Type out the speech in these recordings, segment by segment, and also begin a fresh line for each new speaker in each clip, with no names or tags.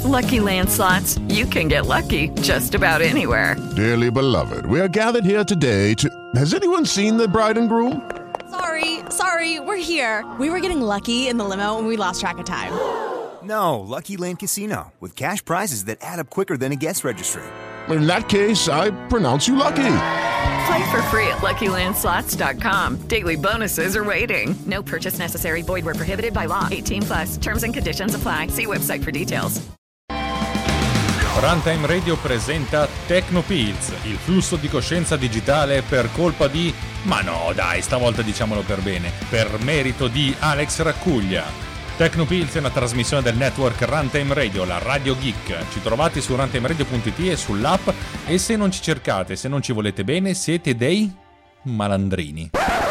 Lucky Land Slots, you can get lucky just about anywhere.
Dearly beloved, we are gathered here today to... Has anyone seen the bride and groom?
Sorry, we're here. We were getting lucky in the limo and we lost track of time.
No, Lucky Land Casino, with cash prizes that add up quicker than a guest registry.
In that case, I pronounce you lucky.
Play for free at LuckyLandSlots.com. Daily bonuses are waiting. No purchase necessary. Void where prohibited by law. 18+. Terms and conditions apply. See website for details.
Runtime Radio presenta Tecnopills, il flusso di coscienza digitale per colpa di... Ma no, dai, stavolta diciamolo per bene, per merito di Alex Raccuglia. Tecnopills è una trasmissione del network Runtime Radio, la Radio Geek. Ci trovate su runtimeradio.it e sull'app, e se non ci cercate, se non ci volete bene, siete dei malandrini.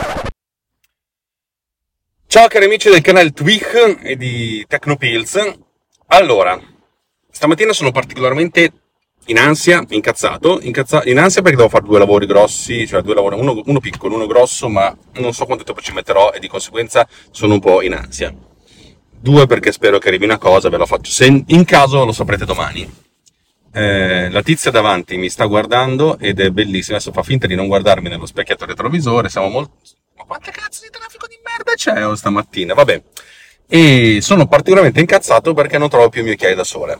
Ciao cari amici del canale Twitch e di Tecnopills. Allora, stamattina sono particolarmente in ansia, incazzato, in ansia perché devo fare due lavori grossi, cioè due lavori, uno piccolo, uno grosso, ma non so quanto tempo ci metterò e di conseguenza sono un po' in ansia. Due, perché spero che arrivi una cosa, ve la faccio, se in caso lo saprete domani. La tizia davanti mi sta guardando ed è bellissima, adesso fa finta di non guardarmi nello specchietto retrovisore, siamo molto... Ma quante cazzo di traffico di merda c'è stamattina? Vabbè. E sono particolarmente incazzato perché non trovo più i miei occhiali da sole.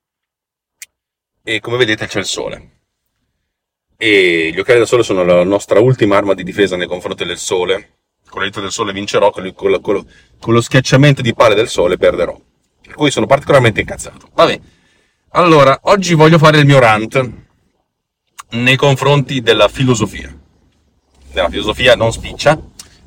E come vedete c'è il sole. E gli occhiali da sole sono la nostra ultima arma di difesa nei confronti del sole. Con l'aiuto del sole vincerò, con lo schiacciamento di pale del sole perderò. Per cui sono particolarmente incazzato. Vabbè, allora, oggi voglio fare il mio rant nei confronti della filosofia. Della filosofia non spicciola,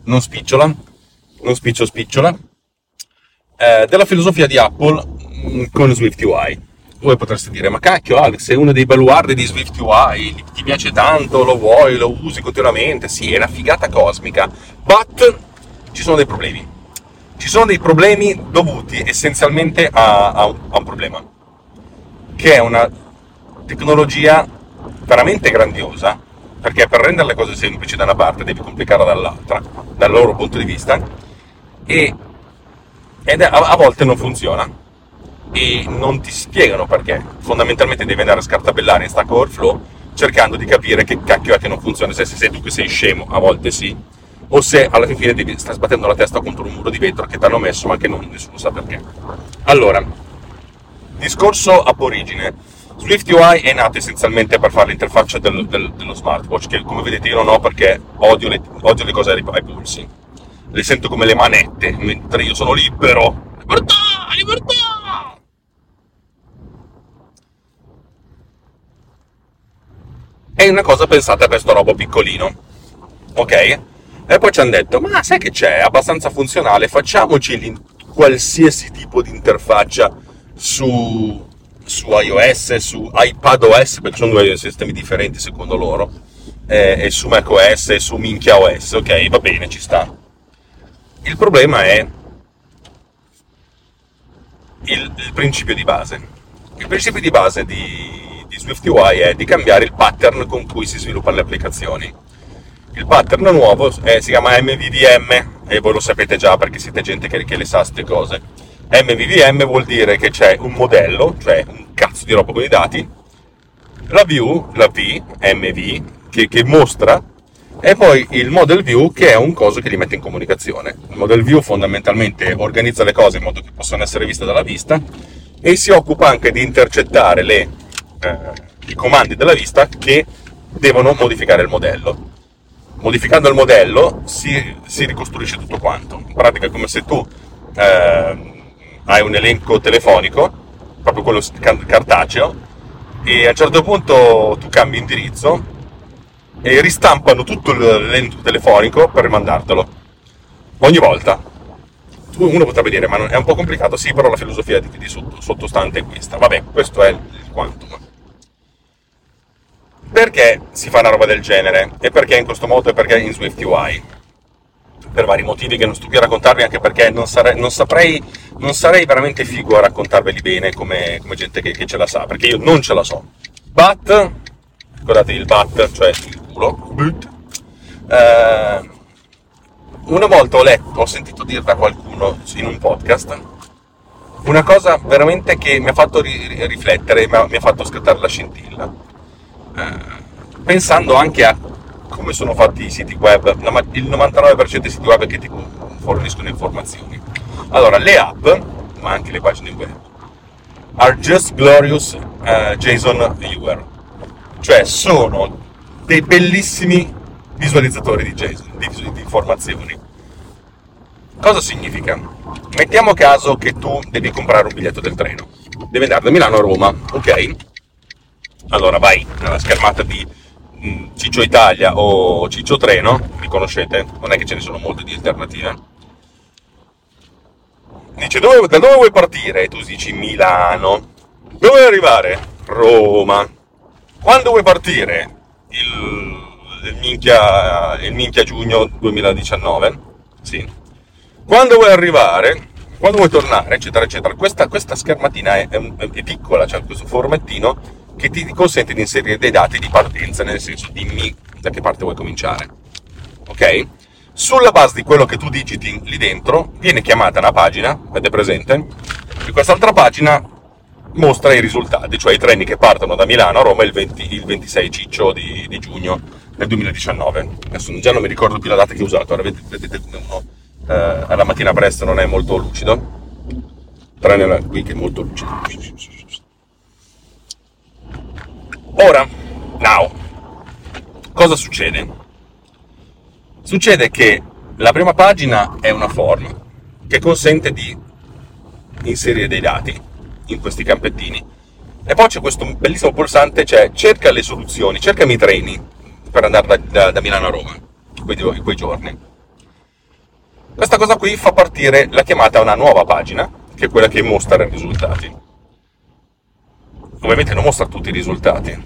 della filosofia di Apple con SwiftUI. Voi potreste dire, ma cacchio Alex, sei uno dei baluardi di SwiftUI, ti piace tanto, lo vuoi, lo usi continuamente, sì, è una figata cosmica, but ci sono dei problemi. Ci sono dei problemi dovuti essenzialmente a un problema, che è una tecnologia veramente grandiosa, perché per rendere le cose semplici da una parte devi complicarla dall'altra, dal loro punto di vista, ed a volte non funziona. E non ti spiegano perché. Fondamentalmente devi andare a scartabellare in Stack Overflow cercando di capire che cacchio è che non funziona, se sei tu che sei scemo, a volte sì, o se alla fine stai sbattendo la testa contro un muro di vetro che ti hanno messo ma che nessuno sa perché. Allora, discorso ab origine. SwiftUI è nato essenzialmente per fare l'interfaccia dello smartwatch, che come vedete io non ho perché odio le cose ai polsi, le sento come le manette, mentre io sono libero. Libertà! È una cosa pensata per sto robo piccolino, ok? E poi ci hanno detto, ma sai che c'è, è abbastanza funzionale, facciamoci qualsiasi tipo di interfaccia su iOS, su iPadOS, perché sono due sistemi differenti secondo loro, e su macOS e su minchia OS, ok? Va bene, ci sta. Il problema è il principio di base. Il principio di base di SwiftUI è di cambiare il pattern con cui si sviluppano le applicazioni. Il pattern nuovo si chiama MVVM, e voi lo sapete già perché siete gente che le sa ste cose. MVVM vuol dire che c'è un modello, cioè un cazzo di roba con i dati, la V, MV, che mostra, e poi il model view, che è un coso che li mette in comunicazione. Il model view fondamentalmente organizza le cose in modo che possano essere viste dalla vista e si occupa anche di intercettare i comandi della vista che devono modificare il modello. Modificando il modello si ricostruisce tutto quanto. In pratica è come se tu hai un elenco telefonico, proprio quello cartaceo, e a un certo punto tu cambi indirizzo e ristampano tutto l'elenco telefonico per rimandartelo ogni volta. Uno potrebbe dire, ma è un po' complicato, sì, però la filosofia di sottostante è questa. Vabbè, questo è il quantum. Perché si fa una roba del genere? E perché in questo modo? E perché in SwiftUI? Per vari motivi che non sto qui a raccontarvi, anche perché non sarei veramente figo a raccontarveli bene come gente che ce la sa, perché io non ce la so. But, ricordate il but, cioè il culo, una volta ho sentito dire da qualcuno in un podcast una cosa veramente che mi ha fatto riflettere, mi ha fatto scattare la scintilla, pensando anche a come sono fatti i siti web, il 99% dei siti web che ti forniscono informazioni. Allora, le app, ma anche le pagine web, are just glorious JSON viewer, cioè sono dei bellissimi visualizzatori di JSON, di informazioni. Cosa significa? Mettiamo caso che tu devi comprare un biglietto del treno, devi andare da Milano a Roma, ok? Allora vai nella schermata di Ciccio Italia o Ciccio Treno, mi conoscete? Non è che ce ne sono molte di alternative. Dice da dove vuoi partire? E tu dici Milano. Dove vuoi arrivare? Roma. Quando vuoi partire? Il minchia giugno 2019? Sì. Quando vuoi arrivare? Quando vuoi tornare? Eccetera, eccetera. Questa schermatina è piccola, cioè questo formattino che ti consente di inserire dei dati di partenza, nel senso dimmi da che parte vuoi cominciare. Ok? Sulla base di quello che tu digiti lì dentro viene chiamata una pagina, avete presente? E quest'altra pagina mostra i risultati, cioè i treni che partono da Milano a Roma il 26 ciccio di giugno del 2019. Adesso già non mi ricordo più la data che ho usato, ora vedete come uno alla mattina presto non è molto lucido, tranne qui che è molto lucido. Ora, cosa succede? Succede che la prima pagina è una form che consente di inserire dei dati in questi campettini e poi c'è questo bellissimo pulsante, cioè cerca le soluzioni, cercami i treni per andare da Milano a Roma in quei giorni. Questa cosa qui fa partire la chiamata a una nuova pagina, che è quella che mostra i risultati. Ovviamente non mostra tutti i risultati.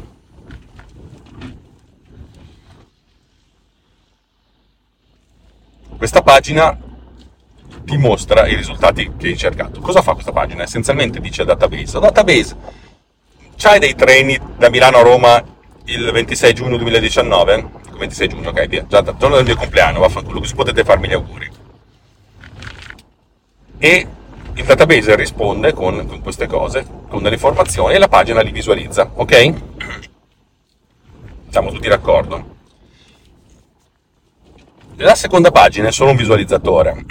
Questa pagina ti mostra i risultati che hai cercato. Cosa fa questa pagina? Essenzialmente dice database. Database, c'hai dei treni da Milano a Roma il 26 giugno 2019? Il 26 giugno, ok, via. Giorno del mio compleanno, vaffanculo, così potete farmi gli auguri. E il database risponde con queste cose, con delle informazioni, e la pagina li visualizza, ok? Siamo tutti d'accordo. La seconda pagina è solo un visualizzatore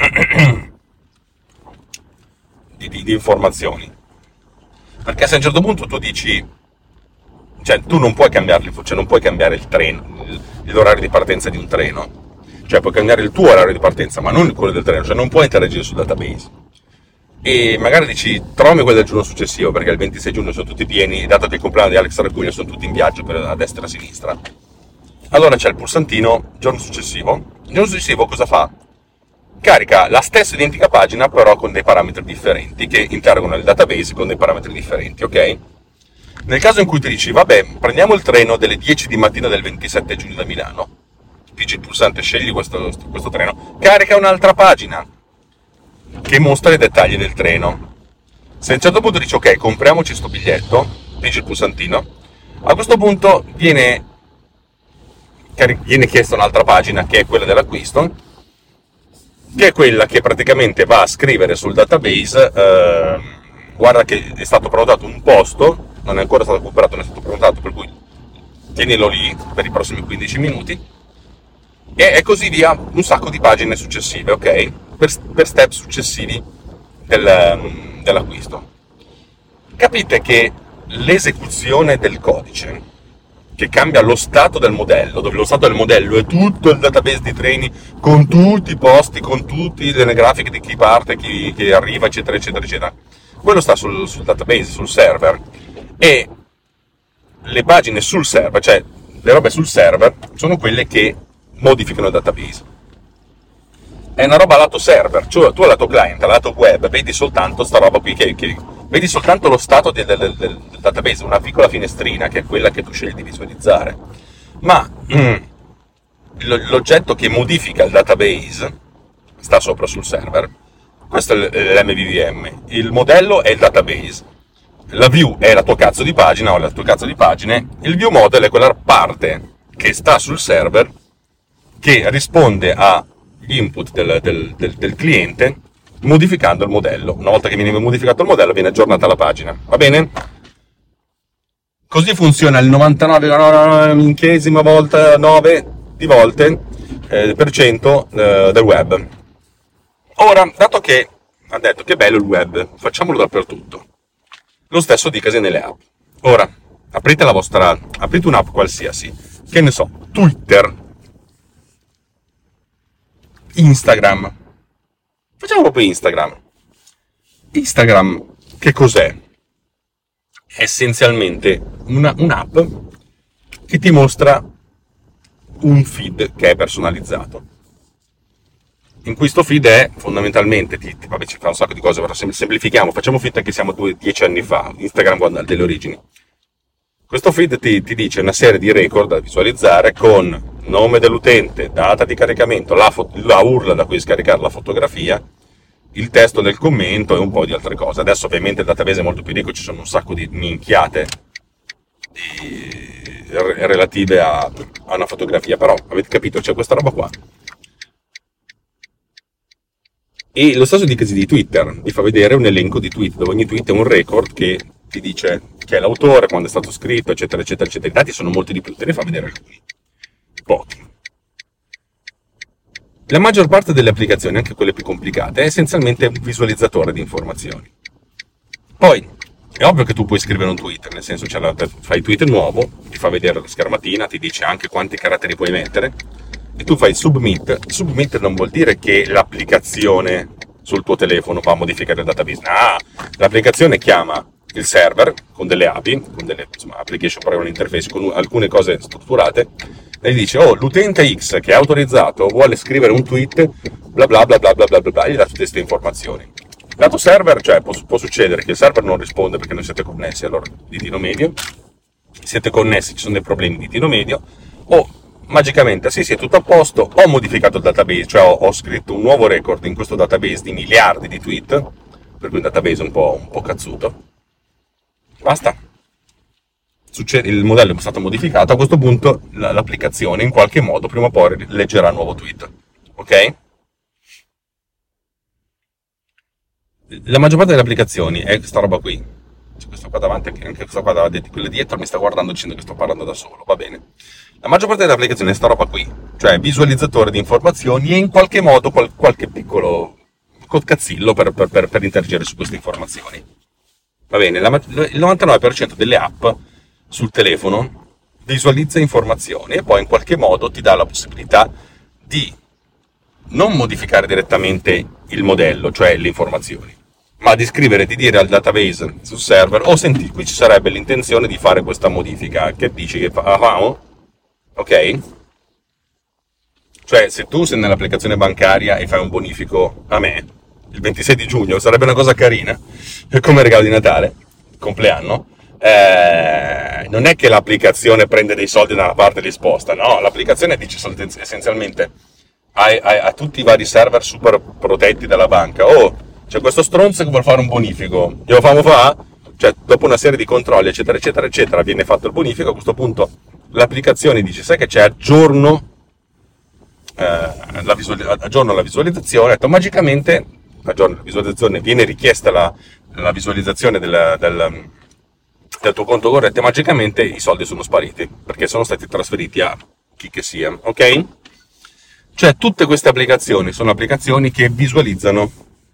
di informazioni, perché se a un certo punto tu dici, cioè tu non puoi cambiarli, cioè non puoi cambiare il treno, l'orario di partenza di un treno, cioè puoi cambiare il tuo orario di partenza ma non quello del treno, cioè non puoi interagire sul database. E magari dici trovami quello del giorno successivo, perché il 26 giugno sono tutti pieni, dato che il compleanno di Alex Racuglia sono tutti in viaggio a destra e a sinistra. Allora c'è il pulsantino giorno successivo. Il giorno successivo cosa fa? Carica la stessa identica pagina però con dei parametri differenti che interaggono nel database con dei parametri differenti, ok? Nel caso in cui ti dici vabbè, prendiamo il treno delle 10 di mattina del 27 giugno da Milano, dici il pulsante scegli questo treno, carica un'altra pagina che mostra i dettagli del treno. Se a un certo punto dici ok, compriamoci sto biglietto, dici il pulsantino, a questo punto viene chiesta un'altra pagina che è quella dell'acquisto, che è quella che praticamente va a scrivere sul database guarda che è stato prenotato un posto, non è ancora stato comprato, non è stato prenotato, per cui tienilo lì per i prossimi 15 minuti, e così via un sacco di pagine successive, ok? Per step successivi dell'acquisto. Capite che l'esecuzione del codice che cambia lo stato del modello, dove lo stato del modello è tutto il database di treni con tutti i posti, con tutte le grafiche di chi parte, chi arriva, eccetera, eccetera, eccetera. Quello sta sul database, sul server, e le pagine sul server, cioè le robe sul server, sono quelle che modificano il database. È una roba lato server, cioè tu lato client, lato web, vedi soltanto sta roba qui che vedi soltanto lo stato del database, una piccola finestrina che è quella che tu scegli di visualizzare. Ma l'oggetto che modifica il database sta sopra sul server. Questo è l'MVVM. Il modello è il database. La view è la tua cazzo di pagina o le tue cazzo di pagine. Il view model è quella parte che sta sul server che risponde agli input del cliente modificando il modello. Una volta che viene modificato il modello viene aggiornata la pagina, va bene? Così funziona il 99,9 volta 9 di volte per cento del web. Ora, dato che ha detto che bello il web, facciamolo dappertutto. Lo stesso dicasi nelle app. Ora, aprite un'app qualsiasi, che ne so, Twitter, Instagram. Facciamo proprio Instagram. Instagram, che cos'è? È essenzialmente un'app che ti mostra un feed che è personalizzato. In questo feed è fondamentalmente, vabbè, ci fa un sacco di cose, però semplifichiamo, facciamo finta che siamo 10 anni fa, Instagram quando ha delle origini. Questo feed ti dice una serie di record da visualizzare con nome dell'utente, data di caricamento, la URL da cui scaricare la fotografia, il testo del commento e un po' di altre cose. Adesso ovviamente il database è molto più ricco, ci sono un sacco di minchiate relative a una fotografia, però avete capito, c'è questa roba qua. E lo stesso dicasi di Twitter, vi fa vedere un elenco di tweet, dove ogni tweet è un record che ti dice chi è l'autore, quando è stato scritto, eccetera, eccetera, eccetera. I dati sono molti di più, te ne fa vedere alcuni. Pochi. La maggior parte delle applicazioni, anche quelle più complicate, è essenzialmente un visualizzatore di informazioni. Poi, è ovvio che tu puoi scrivere un tweet, nel senso fai il tweet nuovo, ti fa vedere la schermatina, ti dice anche quanti caratteri puoi mettere, e tu fai submit. Submit non vuol dire che l'applicazione sul tuo telefono va a modificare il database. L'applicazione chiama il server con delle API, con delle application programming interface, con alcune cose strutturate, e gli dice: oh, l'utente X che è autorizzato vuole scrivere un tweet, bla bla bla bla bla bla bla, gli dà tutte queste informazioni. Lato server, cioè può succedere che il server non risponde perché non siete connessi, allora ditino medio, siete connessi, ci sono dei problemi, ditino medio, o magicamente, sì, è tutto a posto, ho modificato il database, cioè ho scritto un nuovo record in questo database di miliardi di tweet, per cui un database un po' cazzuto. Basta. Il modello è stato modificato, a questo punto l'applicazione in qualche modo prima o poi leggerà il nuovo tweet. Ok? La maggior parte delle applicazioni è questa roba qui. C'è questa qua davanti, anche questa qua davanti, quella dietro mi sta guardando dicendo che sto parlando da solo, va bene. La maggior parte delle applicazioni è questa roba qui, cioè visualizzatore di informazioni e in qualche modo qualche piccolo cazzillo per interagire su queste informazioni. Va bene, il 99% delle app sul telefono visualizza informazioni e poi in qualche modo ti dà la possibilità di non modificare direttamente il modello, cioè le informazioni, ma di scrivere, di dire al database sul server: oh, senti, qui ci sarebbe l'intenzione di fare questa modifica, che dici che facciamo? Ok? Cioè, se tu sei nell'applicazione bancaria e fai un bonifico a me il 26 di giugno, sarebbe una cosa carina come regalo di Natale, compleanno. Non è che l'applicazione prende dei soldi da una parte e li sposta, no, l'applicazione dice essenzialmente a tutti i vari server super protetti dalla banca: oh, c'è questo stronzo che vuole fare un bonifico, glielo famo fa? Cioè, dopo una serie di controlli, eccetera, eccetera, eccetera, viene fatto il bonifico. A questo punto l'applicazione dice: sai che c'è, aggiorno la visualizzazione, ha detto, magicamente aggiorno la visualizzazione, viene richiesta la visualizzazione del tuo conto corrente, e magicamente i soldi sono spariti perché sono stati trasferiti a chi che sia, ok? Cioè, tutte queste applicazioni sono applicazioni che visualizzano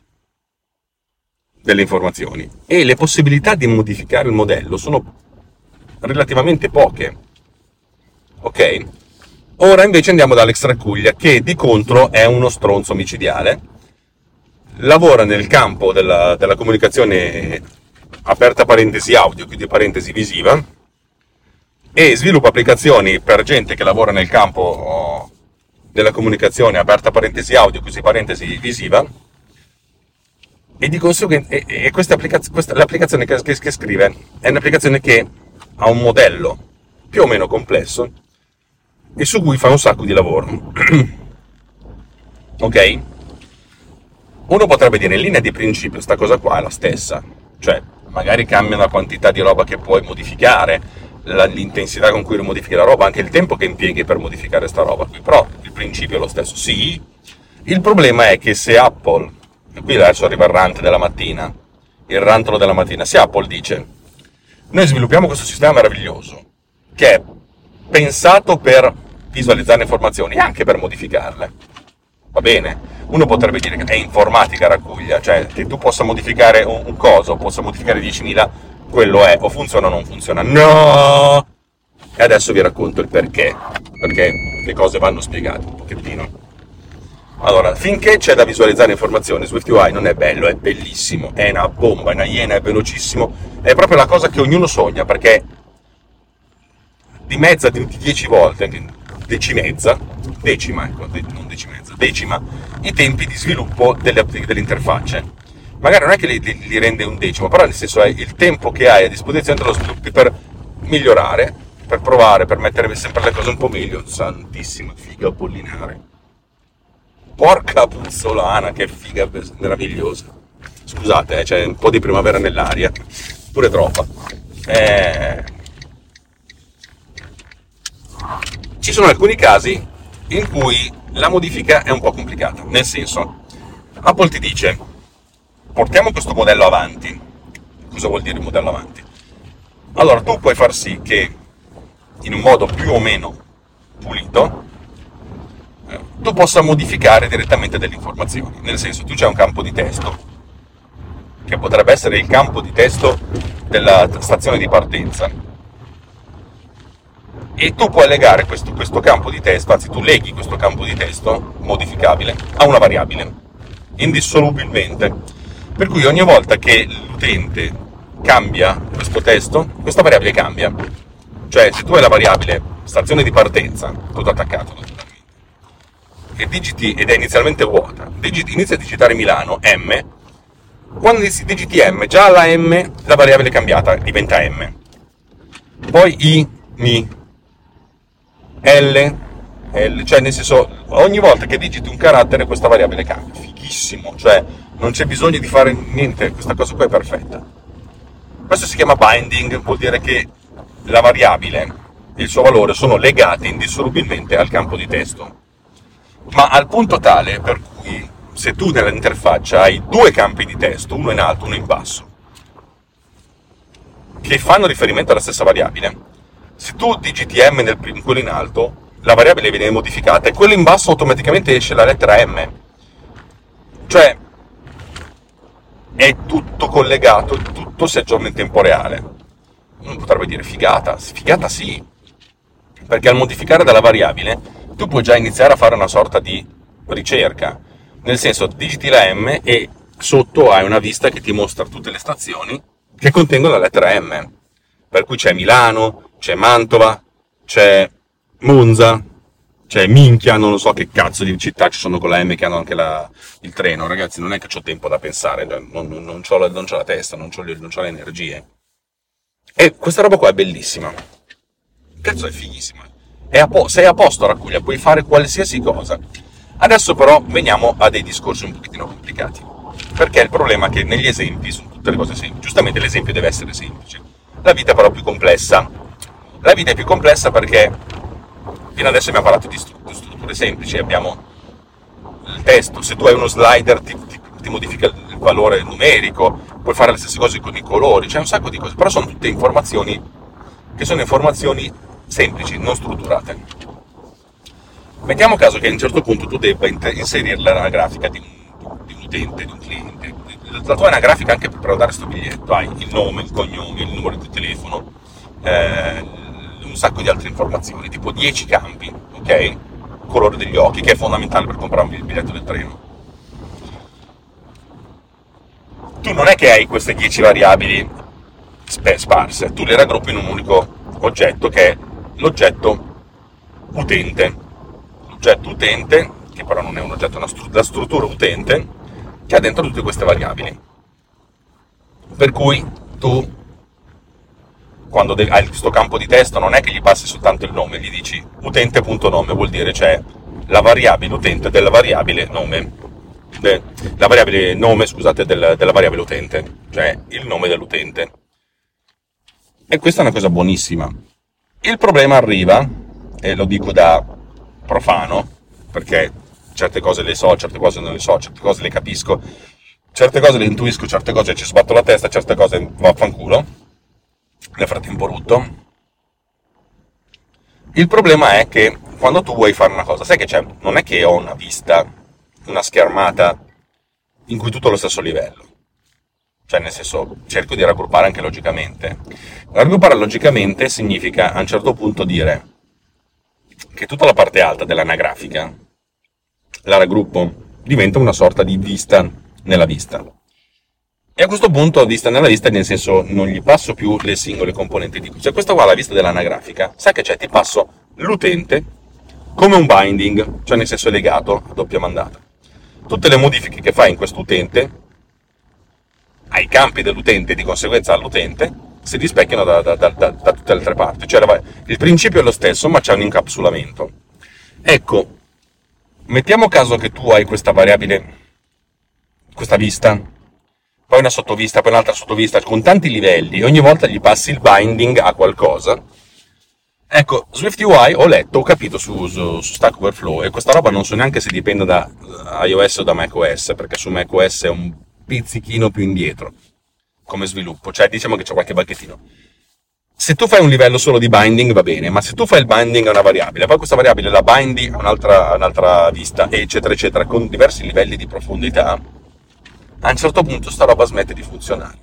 delle informazioni e le possibilità di modificare il modello sono relativamente poche, ok? Ora invece andiamo da Alex Raccuglia, che di contro è uno stronzo micidiale, lavora nel campo della comunicazione aperta parentesi audio, chiudi parentesi visiva, e sviluppa applicazioni per gente che lavora nel campo della comunicazione aperta parentesi audio, chiudi parentesi visiva, e di conseguenza l'applicazione che scrive è un'applicazione che ha un modello più o meno complesso e su cui fa un sacco di lavoro. Ok? Uno potrebbe dire, in linea di principio sta cosa qua è la stessa, cioè magari cambia la quantità di roba che puoi modificare, l'intensità con cui lo modifichi la roba, anche il tempo che impieghi per modificare sta roba qui, però il principio è lo stesso. Sì, il problema è che se Apple e qui adesso arriva il rant della mattina, il rantolo della mattina. Se Apple dice: noi sviluppiamo questo sistema meraviglioso che è pensato per visualizzare informazioni e anche per modificarle, va bene, uno potrebbe dire che è informatica, Raccuglia, cioè che tu possa modificare un coso, possa modificare 10.000, quello è, o funziona o non funziona. No! E adesso vi racconto il perché le cose vanno spiegate un pochettino. Allora, finché c'è da visualizzare informazioni, SwiftUI non è bello, è bellissimo, è una bomba, è una iena, è velocissimo, è proprio la cosa che ognuno sogna, perché dimezza di 10 volte, decima i tempi di sviluppo delle interfacce. Magari non è che li rende un decimo, però nel senso è il tempo che hai a disposizione dello sviluppo per migliorare, per provare, per mettere sempre le cose un po' meglio. Santissima figa pollinare. Porca puzzolana, che figa meravigliosa. Scusate, c'è un po' di primavera nell'aria, pure troppa. Ci sono alcuni casi in cui la modifica è un po' complicata, nel senso, Apple ti dice: portiamo questo modello avanti. Cosa vuol dire modello avanti? Allora, tu puoi far sì che in un modo più o meno pulito tu possa modificare direttamente delle informazioni. Nel senso, tu c'è un campo di testo che potrebbe essere il campo di testo della stazione di partenza, e tu puoi legare questo campo di testo, anzi tu leghi questo campo di testo modificabile a una variabile indissolubilmente, per cui ogni volta che l'utente cambia questo testo, questa variabile cambia. Cioè, se tu hai la variabile stazione di partenza, tutto attaccato naturalmente, e digiti, ed è inizialmente vuota, inizia a digitare Milano, M, quando digiti M, già la M, la variabile è cambiata, diventa M. Poi I, Mi, L, cioè nel senso, ogni volta che digiti un carattere questa variabile cambia. Fighissimo, cioè non c'è bisogno di fare niente, questa cosa qua è perfetta. Questo si chiama binding, vuol dire che la variabile e il suo valore sono legati indissolubilmente al campo di testo, ma al punto tale per cui se tu nell'interfaccia hai due campi di testo, uno in alto e uno in basso, che fanno riferimento alla stessa variabile, se tu digiti M in quello in alto, la variabile viene modificata e quello in basso automaticamente esce la lettera M. Cioè è tutto collegato, tutto si aggiorna in tempo reale. Uno potrebbe dire figata sì, perché al modificare della variabile tu puoi già iniziare a fare una sorta di ricerca, nel senso, digiti la M e sotto hai una vista che ti mostra tutte le stazioni che contengono la lettera M, per cui c'è Milano, c'è Mantova, c'è Monza, c'è Minchia, non lo so che cazzo di città ci sono con la M che hanno anche il treno. Ragazzi, non è che ho tempo da pensare, non c'ho la testa, non c'ho le energie. E questa roba qua è bellissima. Cazzo, è fighissima. Sei a posto, Raccuglia, puoi fare qualsiasi cosa. Adesso però veniamo a dei discorsi un pochettino complicati, perché il problema è che negli esempi sono tutte le cose semplici. Giustamente l'esempio deve essere semplice. La vita è però più complessa. La vita è più complessa perché fino adesso abbiamo parlato di strutture semplici. Abbiamo il testo, se tu hai uno slider ti modifica il valore numerico, puoi fare le stesse cose con i colori, c'è un sacco di cose, però sono tutte informazioni che sono informazioni semplici, non strutturate. Mettiamo caso che a un certo punto tu debba inserirla nella grafica di un utente, di un cliente. La tua è una grafica anche per prenotare questo biglietto, hai il nome, il cognome, il numero di telefono, un sacco di altre informazioni, tipo 10 campi, ok? Colore degli occhi, che è fondamentale per comprare un biglietto del treno. Tu non è che hai queste 10 variabili sparse, tu le raggruppi in un unico oggetto che è l'oggetto utente. L'oggetto utente, che però non è un oggetto, è la struttura utente, che ha dentro tutte queste variabili. Per cui tu, quando hai questo campo di testo, non è che gli passi soltanto il nome, gli dici utente.nome, vuol dire c'è la variabile utente della variabile nome, la variabile nome, scusate, della variabile utente, cioè il nome dell'utente. E questa è una cosa buonissima. Il problema arriva, e lo dico da profano, perché certe cose le so, certe cose non le so, certe cose le capisco, certe cose le intuisco, certe cose ci sbatto la testa, certe cose vaffanculo, nel frattempo rutto. Il problema è che quando tu vuoi fare una cosa, sai che c'è, non è che ho una vista, una schermata in cui tutto è allo stesso livello. Cioè, nel senso, cerco di raggruppare anche logicamente. Raggruppare logicamente significa a un certo punto dire che tutta la parte alta dell'anagrafica la raggruppo, diventa una sorta di vista nella vista. E a questo punto, vista nella vista, nel senso, non gli passo più le singole componenti. Dico, cioè, questa qua è la vista dell'anagrafica. Sai che c'è? Ti passo l'utente come un binding, cioè nel senso è legato a doppia mandata. Tutte le modifiche che fai in questo utente, ai campi dell'utente e di conseguenza all'utente, si rispecchiano da tutte le altre parti. Cioè il principio è lo stesso, ma c'è un incapsulamento. Ecco, mettiamo caso che tu hai questa variabile, questa vista, poi una sottovista, poi un'altra sottovista, con tanti livelli, e ogni volta gli passi il binding a qualcosa. Ecco, SwiftUI ho letto, ho capito su Stack Overflow, e questa roba non so neanche se dipende da iOS o da macOS, perché su macOS è un pizzichino più indietro come sviluppo, cioè diciamo che c'è qualche bacchettino. Se tu fai un livello solo di binding va bene, ma se tu fai il binding a una variabile, poi questa variabile la bindi a un'altra vista, eccetera eccetera, con diversi livelli di profondità, a un certo punto sta roba smette di funzionare.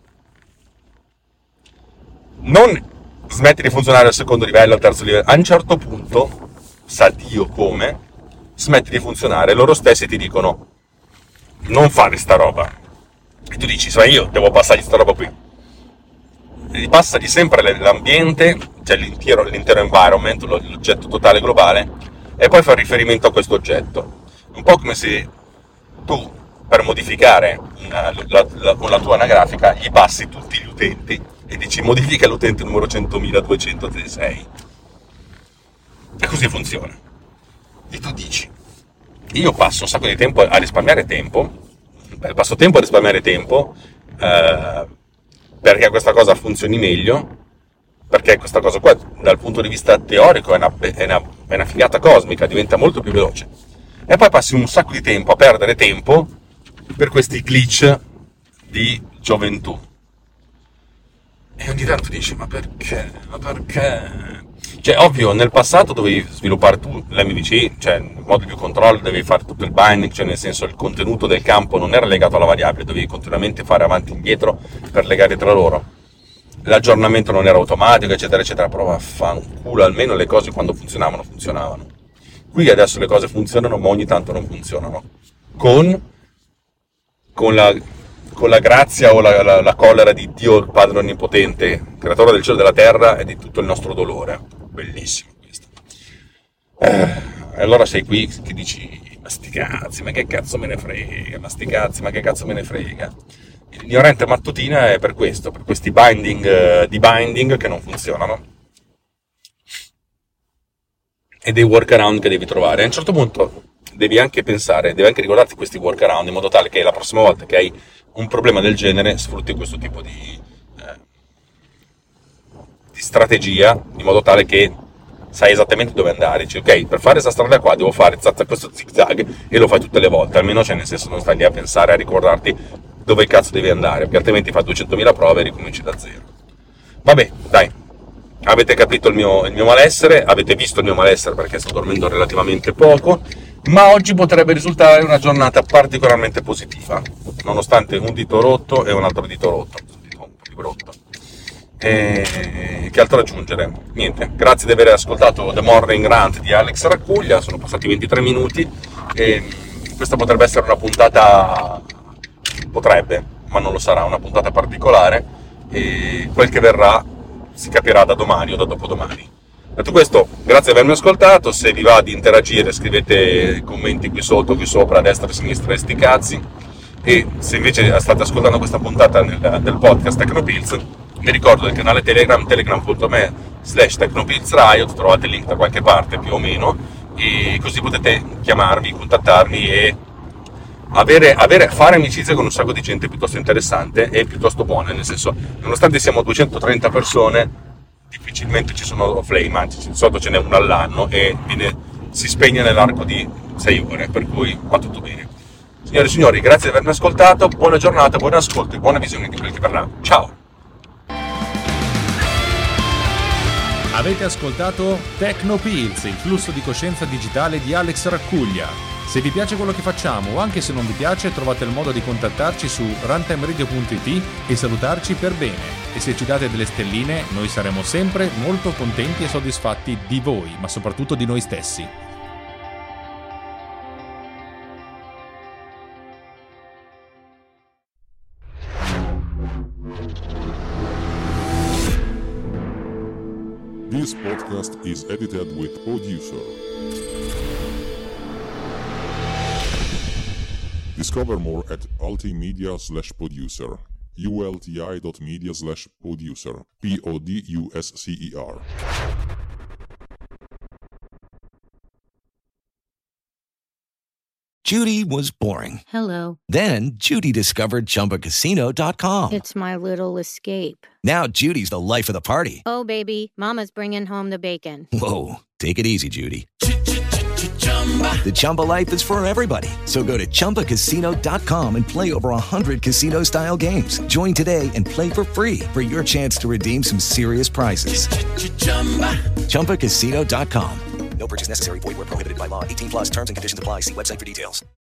Non smette di funzionare al secondo livello, al terzo livello, a un certo punto, sa Dio come, smette di funzionare, loro stessi ti dicono non fare sta roba, e tu dici, sai, io devo passargli sta roba qui, e passagli sempre l'ambiente, cioè l'intero environment, l'oggetto totale globale, e poi fa riferimento a questo oggetto, un po' come se tu per modificare la tua anagrafica gli passi tutti gli utenti e dici modifica l'utente numero 100.206, e così funziona. E tu dici, io passo un sacco di tempo a risparmiare tempo, passo tempo a risparmiare tempo perché questa cosa funzioni meglio, perché questa cosa qua dal punto di vista teorico è una figata cosmica, diventa molto più veloce, e poi passi un sacco di tempo a perdere tempo per questi glitch di gioventù. E ogni tanto dici, ma perché? Cioè, ovvio, nel passato dovevi sviluppare tu l'MVC, cioè in modo più controllo, dovevi fare tutto il binding, cioè nel senso il contenuto del campo non era legato alla variabile, dovevi continuamente fare avanti e indietro per legare tra loro. L'aggiornamento non era automatico, eccetera, eccetera, però vaffanculo, almeno le cose quando funzionavano. Qui adesso le cose funzionano, ma ogni tanto non funzionano. Con la grazia o la collera di Dio, il Padre Onnipotente, creatore del cielo e della terra e di tutto il nostro dolore. Bellissimo questo. E allora sei qui che dici, ma sti cazzi, ma che cazzo me ne frega, L'ignorante mattutina è per questo, per questi binding che non funzionano. E dei workaround che devi trovare. A un certo punto devi anche ricordarti questi workaround in modo tale che la prossima volta che hai un problema del genere sfrutti questo tipo di strategia, in modo tale che sai esattamente dove andare. Dici, ok, per fare questa strada qua devo fare questo zigzag, e lo fai tutte le volte, almeno, cioè nel senso non stai lì a pensare, a ricordarti dove cazzo devi andare, perché altrimenti fai 200.000 prove e ricominci da zero. Vabbè, dai, avete capito il mio malessere, avete visto il mio malessere perché sto dormendo relativamente poco, ma oggi potrebbe risultare una giornata particolarmente positiva, nonostante un dito rotto e un altro dito rotto, un po' più rotto. E che altro aggiungere? Niente, grazie di aver ascoltato The Morning Rant di Alex Raccuglia, sono passati 23 minuti e questa potrebbe essere una puntata, ma non lo sarà, una puntata particolare, e quel che verrà si capirà da domani o da dopodomani. Detto questo, grazie di avermi ascoltato, se vi va di interagire scrivete commenti qui sotto, qui sopra, a destra, a sinistra e sti cazzi, e se invece state ascoltando questa puntata del podcast Tecnopills, vi ricordo del canale Telegram, telegram.me/TecnopillsRiot, trovate il link da qualche parte più o meno, e così potete chiamarmi, contattarmi e fare amicizia con un sacco di gente piuttosto interessante e piuttosto buona, nel senso, nonostante siamo 230 persone, difficilmente ci sono flame, anzi di solito ce n'è uno all'anno e si spegne nell'arco di 6 ore, per cui va tutto bene. Signore e signori, grazie di avermi ascoltato, buona giornata, buon ascolto e buona visione di quel che verrà. Ciao!
Avete ascoltato Tecnopills, il flusso di coscienza digitale di Alex Raccuglia. Se vi piace quello che facciamo o anche se non vi piace, trovate il modo di contattarci su runtimeradio.it e salutarci per bene. E se ci date delle stelline, noi saremo sempre molto contenti e soddisfatti di voi, ma soprattutto di noi stessi.
This podcast is edited with Producer. Discover more at ultimedia/producer. ulti.media/producer. PODUSCER.
Judy was boring.
Hello.
Then Judy discovered ChumbaCasino.com.
It's my little escape.
Now Judy's the life of the party.
Oh, baby, mama's bringing home the bacon.
Whoa, take it easy, Judy. The Chumba life is for everybody. So go to ChumbaCasino.com and play over 100 casino-style games. Join today and play for free for your chance to redeem some serious prizes. ChumbaCasino.com.
No purchase necessary. Void where prohibited by law. 18+ terms and conditions apply. See website for details.